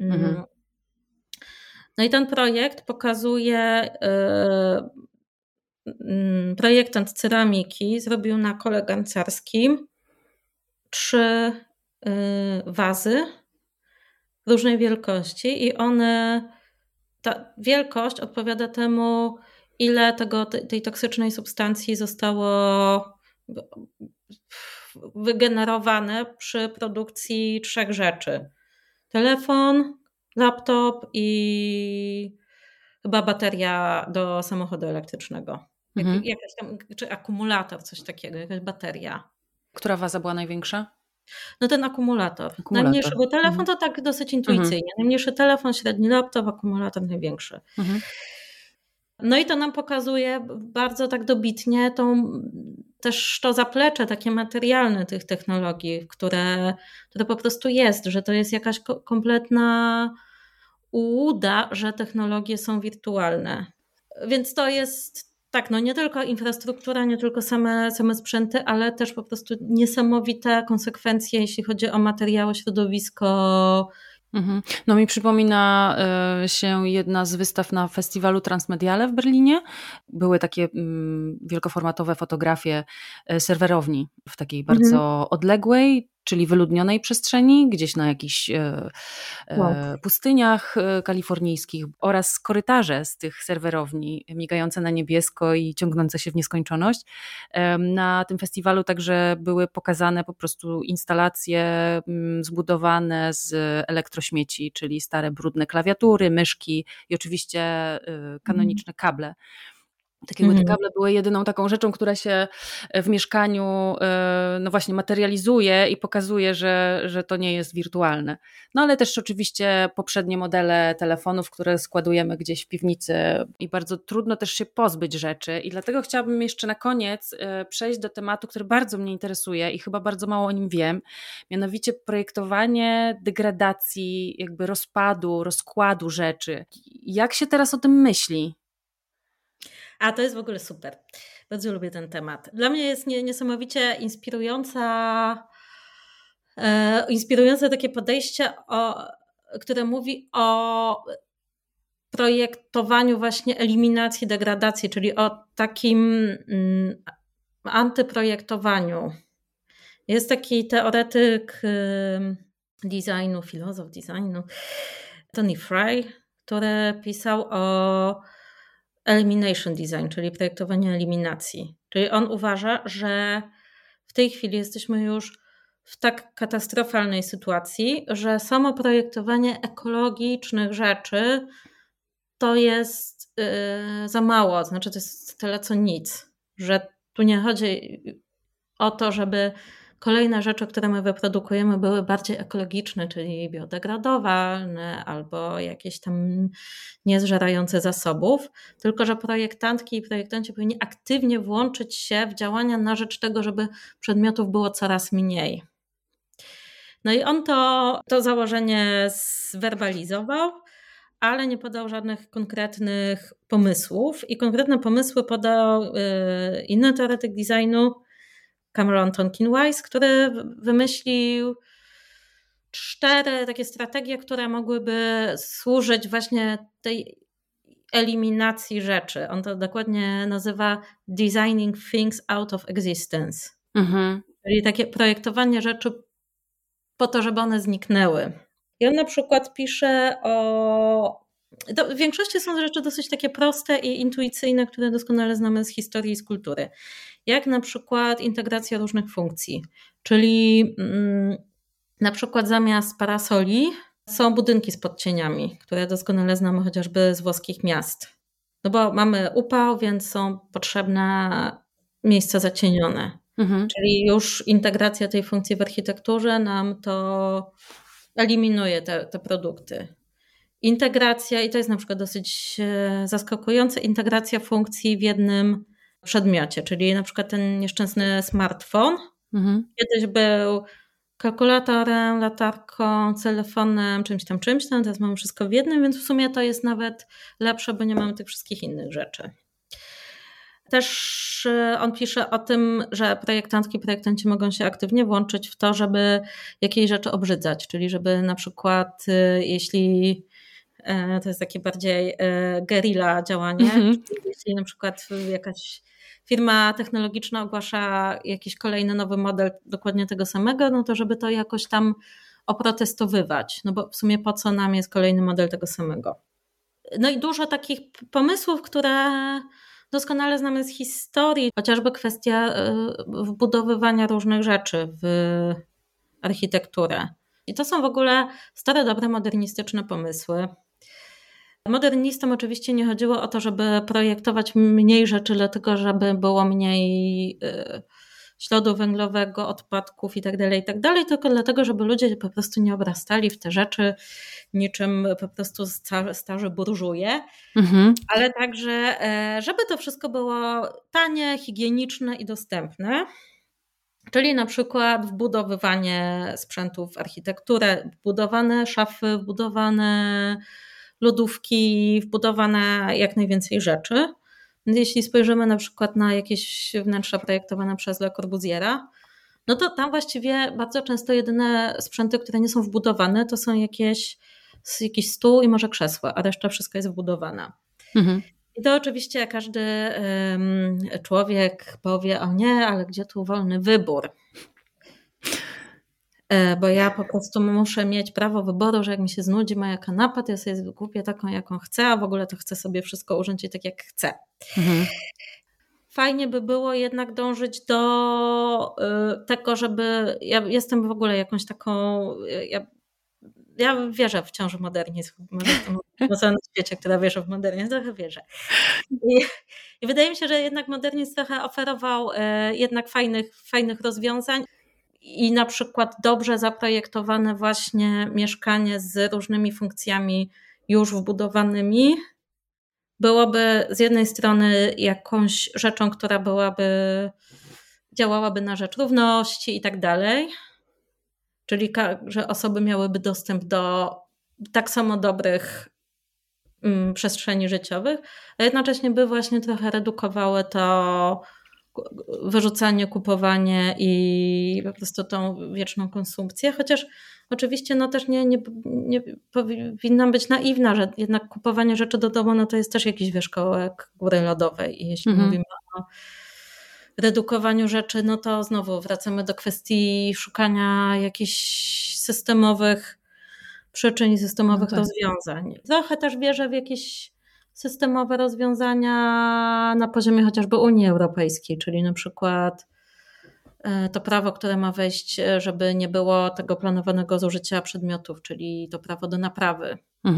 No i ten projekt pokazuje, projektant ceramiki zrobił na kole gancarskim 3 wazy różnej wielkości i ta wielkość odpowiada temu, ile tej toksycznej substancji zostało wygenerowane przy produkcji 3 rzeczy. Telefon, laptop i chyba bateria do samochodu elektrycznego. Jakaś tam, czy akumulator, coś takiego, jakaś bateria. Która waza była największa? No ten akumulator. Najmniejszy, bo telefon to tak dosyć intuicyjnie. Najmniejszy telefon, średni laptop, akumulator największy. No i to nam pokazuje bardzo tak dobitnie też to zaplecze takie materialne tych technologii, które po prostu jest, że to jest jakaś kompletna ułuda, że technologie są wirtualne. Więc to jest tak, no nie tylko infrastruktura, nie tylko same sprzęty, ale też po prostu niesamowite konsekwencje, jeśli chodzi o materiały, środowisko. No mi przypomina się jedna z wystaw na festiwalu Transmediale w Berlinie. Były takie wielkoformatowe fotografie serwerowni w takiej bardzo odległej, czyli wyludnionej przestrzeni, gdzieś na jakichś pustyniach kalifornijskich oraz korytarze z tych serwerowni migające na niebiesko i ciągnące się w nieskończoność. Na tym festiwalu także były pokazane po prostu instalacje zbudowane z elektrośmieci, czyli stare brudne klawiatury, myszki i oczywiście kanoniczne kable. Te kable były jedyną taką rzeczą, która się w mieszkaniu no właśnie materializuje i pokazuje, że to nie jest wirtualne. No ale też oczywiście poprzednie modele telefonów, które składujemy gdzieś w piwnicy i bardzo trudno też się pozbyć rzeczy i dlatego chciałabym jeszcze na koniec przejść do tematu, który bardzo mnie interesuje i chyba bardzo mało o nim wiem, mianowicie projektowanie degradacji, jakby rozkładu rzeczy. Jak się teraz o tym myśli? A to jest w ogóle super. Bardzo lubię ten temat. Dla mnie jest niesamowicie inspirujące takie podejście, które mówi o projektowaniu właśnie eliminacji, degradacji, czyli o takim antyprojektowaniu. Jest taki teoretyk designu, filozof designu, Tony Fry, który pisał o elimination design, czyli projektowanie eliminacji. Czyli on uważa, że w tej chwili jesteśmy już w tak katastrofalnej sytuacji, że samo projektowanie ekologicznych rzeczy to jest za mało, znaczy to jest tyle co nic, że tu nie chodzi o to, żeby kolejne rzeczy, które my wyprodukujemy, były bardziej ekologiczne, czyli biodegradowalne albo jakieś tam niezżerające zasobów, tylko że projektantki i projektanci powinni aktywnie włączyć się w działania na rzecz tego, żeby przedmiotów było coraz mniej. No i on to założenie zwerbalizował, ale nie podał żadnych konkretnych pomysłów i konkretne pomysły podał inny teoretyk designu, Cameron Tonkin-Wise, który wymyślił 4 takie strategie, które mogłyby służyć właśnie tej eliminacji rzeczy. On to dokładnie nazywa designing things out of existence. Czyli takie projektowanie rzeczy po to, żeby one zniknęły. I on na przykład pisze w większości są rzeczy dosyć takie proste i intuicyjne, które doskonale znamy z historii i z kultury. Jak na przykład integracja różnych funkcji, czyli na przykład zamiast parasoli są budynki z podcieniami, które doskonale znamy chociażby z włoskich miast. No bo mamy upał, więc są potrzebne miejsca zacienione. Czyli już integracja tej funkcji w architekturze nam to eliminuje te produkty. Integracja, i to jest na przykład dosyć zaskakujące, integracja funkcji w jednym przedmiocie, czyli na przykład ten nieszczęsny smartfon kiedyś był kalkulatorem, latarką, telefonem, czymś tam, teraz mamy wszystko w jednym, więc w sumie to jest nawet lepsze, bo nie mamy tych wszystkich innych rzeczy. Też on pisze o tym, że projektantki i projektanci mogą się aktywnie włączyć w to, żeby jakieś rzeczy obrzydzać, czyli żeby na przykład jeśli to jest takie bardziej guerilla działanie, jeśli na przykład jakaś firma technologiczna ogłasza jakiś kolejny nowy model dokładnie tego samego, no to żeby to jakoś tam oprotestowywać, no bo w sumie po co nam jest kolejny model tego samego. No i dużo takich pomysłów, które doskonale znamy z historii, chociażby kwestia wbudowywania różnych rzeczy w architekturę. I to są w ogóle stare, dobre, modernistyczne pomysły. Modernistom oczywiście nie chodziło o to, żeby projektować mniej rzeczy, dlatego żeby było mniej śladu węglowego, odpadków i tak dalej, tylko dlatego, żeby ludzie po prostu nie obrastali w te rzeczy niczym po prostu starzy burżuje, ale także, żeby to wszystko było tanie, higieniczne i dostępne. Czyli na przykład wbudowywanie sprzętów w architekturę, wbudowane szafy, wbudowane lodówki, wbudowane jak najwięcej rzeczy. Jeśli spojrzymy na przykład na jakieś wnętrza projektowane przez Le Corbusiera, no to tam właściwie bardzo często jedyne sprzęty, które nie są wbudowane, to są jakiś stół i może krzesła, a reszta wszystko jest wbudowana. I to oczywiście każdy człowiek powie, o nie, ale gdzie tu wolny wybór? Bo ja po prostu muszę mieć prawo wyboru, że jak mi się znudzi moja kanapa, to ja sobie kupię taką, jaką chcę, a w ogóle to chcę sobie wszystko urządzić tak, jak chcę. Fajnie by było jednak dążyć do tego, żeby... Ja jestem w ogóle jakąś taką... Ja wierzę wciąż w modernizm. Może jestem osobą na świecie, która wierzy w modernizm, trochę wierzę. I wydaje mi się, że jednak modernizm trochę oferował jednak fajnych rozwiązań i na przykład dobrze zaprojektowane właśnie mieszkanie z różnymi funkcjami już wbudowanymi byłoby z jednej strony jakąś rzeczą, która działałaby na rzecz równości i tak dalej, czyli że osoby miałyby dostęp do tak samo dobrych przestrzeni życiowych, a jednocześnie by właśnie trochę redukowały to wyrzucanie, kupowanie i po prostu tą wieczną konsumpcję, chociaż oczywiście no też nie powinnam być naiwna, że jednak kupowanie rzeczy do domu no to jest też jakiś wierzchołek góry lodowej i jeśli mówimy o redukowaniu rzeczy, no to znowu wracamy do kwestii szukania jakichś systemowych przyczyn i systemowych rozwiązań. Trochę też wierzę w jakieś systemowe rozwiązania na poziomie chociażby Unii Europejskiej, czyli na przykład to prawo, które ma wejść, żeby nie było tego planowanego zużycia przedmiotów, czyli to prawo do naprawy.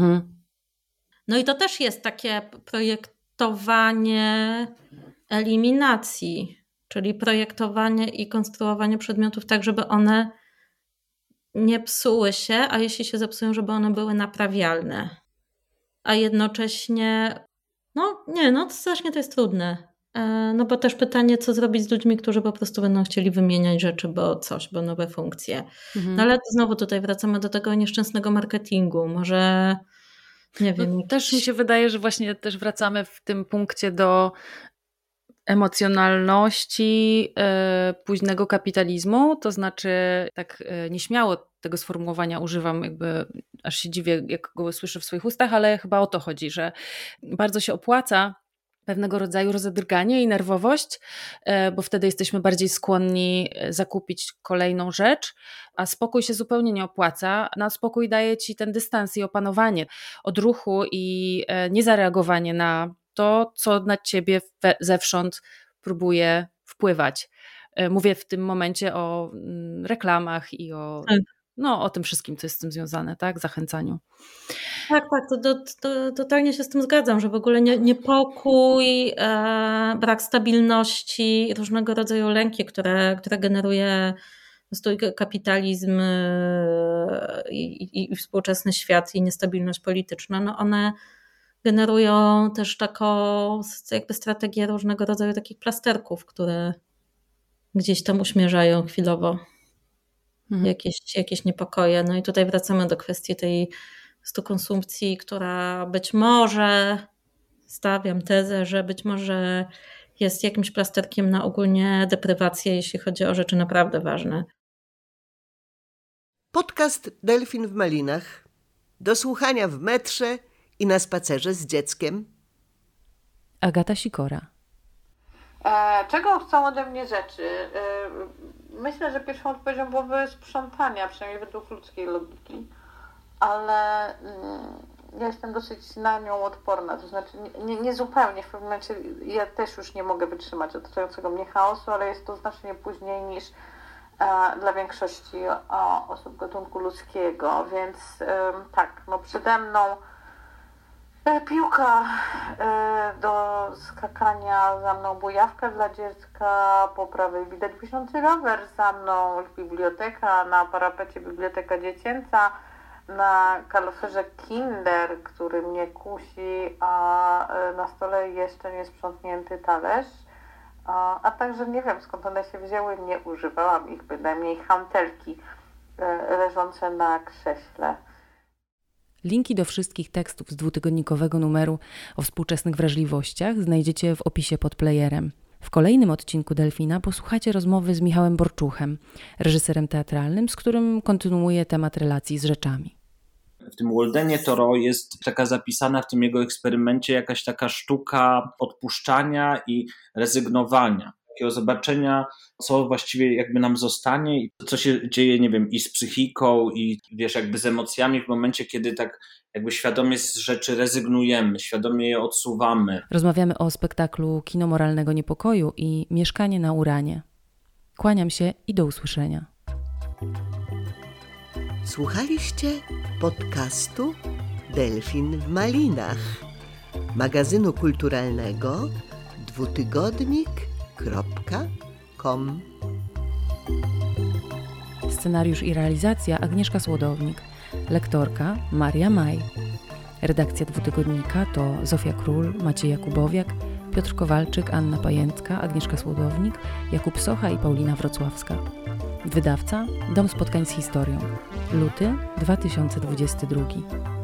No i to też jest takie projektowanie eliminacji, czyli projektowanie i konstruowanie przedmiotów tak, żeby one nie psuły się, a jeśli się zepsują, żeby one były naprawialne. A jednocześnie, to strasznie to jest trudne. No bo też pytanie, co zrobić z ludźmi, którzy po prostu będą chcieli wymieniać rzeczy, bo nowe funkcje. No ale znowu tutaj wracamy do tego nieszczęsnego marketingu. Może, nie wiem. Też mi się wydaje, że właśnie też wracamy w tym punkcie do emocjonalności późnego kapitalizmu, to znaczy tak nieśmiało tego sformułowania używam, jakby aż się dziwię, jak go słyszę w swoich ustach, ale chyba o to chodzi, że bardzo się opłaca pewnego rodzaju rozedrganie i nerwowość, bo wtedy jesteśmy bardziej skłonni zakupić kolejną rzecz, a spokój się zupełnie nie opłaca. Na spokój daje ci ten dystans i opanowanie odruchu i niezareagowanie na to, co na ciebie zewsząd próbuje wpływać. Mówię w tym momencie o reklamach i o tym wszystkim, co jest z tym związane, tak? Zachęcaniu. Tak, to totalnie się z tym zgadzam, że w ogóle niepokój, brak stabilności, różnego rodzaju lęki, które generuje po prostu kapitalizm i współczesny świat i niestabilność polityczna, no one generują też taką jakby strategię różnego rodzaju takich plasterków, które gdzieś tam uśmierzają chwilowo jakieś niepokoje. No i tutaj wracamy do kwestii tej konsumpcji, która być może, stawiam tezę, że być może jest jakimś plasterkiem na ogólnie deprywację, jeśli chodzi o rzeczy naprawdę ważne. Podcast Delfin w Malinach. Do słuchania w metrze i na spacerze z dzieckiem. Agata Sikora. Czego chcą ode mnie rzeczy? Myślę, że pierwszą odpowiedzią byłoby sprzątania, przynajmniej według ludzkiej logiki, ale ja jestem dosyć na nią odporna, to znaczy nie zupełnie, w pewnym momencie ja też już nie mogę wytrzymać otaczającego mnie chaosu, ale jest to znacznie później niż dla większości osób gatunku ludzkiego, więc tak, przede mną Piłka do skakania za mną, bojawka dla dziecka, po prawej widać wiszący rower za mną, biblioteka, na parapecie biblioteka dziecięca, na kaloferze Kinder, który mnie kusi, a na stole jeszcze niesprzątnięty talerz. A także nie wiem, skąd one się wzięły, nie używałam ich, bynajmniej hantelki leżące na krześle. Linki do wszystkich tekstów z 2-tygodnikowego numeru o współczesnych wrażliwościach znajdziecie w opisie pod playerem. W kolejnym odcinku Delfina posłuchacie rozmowy z Michałem Borczuchem, reżyserem teatralnym, z którym kontynuuję temat relacji z rzeczami. W tym Waldenie Thoreau jest taka zapisana w tym jego eksperymencie jakaś taka sztuka odpuszczania i rezygnowania. Takiego zobaczenia, co właściwie jakby nam zostanie i co się dzieje, nie wiem, i z psychiką, i wiesz, jakby z emocjami w momencie, kiedy tak jakby świadomie z rzeczy rezygnujemy, świadomie je odsuwamy. Rozmawiamy o spektaklu Kino Moralnego Niepokoju i Mieszkanie na Uranie. Kłaniam się i do usłyszenia. Słuchaliście podcastu Delfin w Malinach, magazynu kulturalnego dwutygodnik.com. Scenariusz i realizacja Agnieszka Słodownik, lektorka Maria Maj. Redakcja Dwutygodnika to Zofia Król, Maciej Jakubowiak, Piotr Kowalczyk, Anna Pajęcka, Agnieszka Słodownik, Jakub Socha i Paulina Wrocławska. Wydawca Dom Spotkań z Historią. Luty 2022.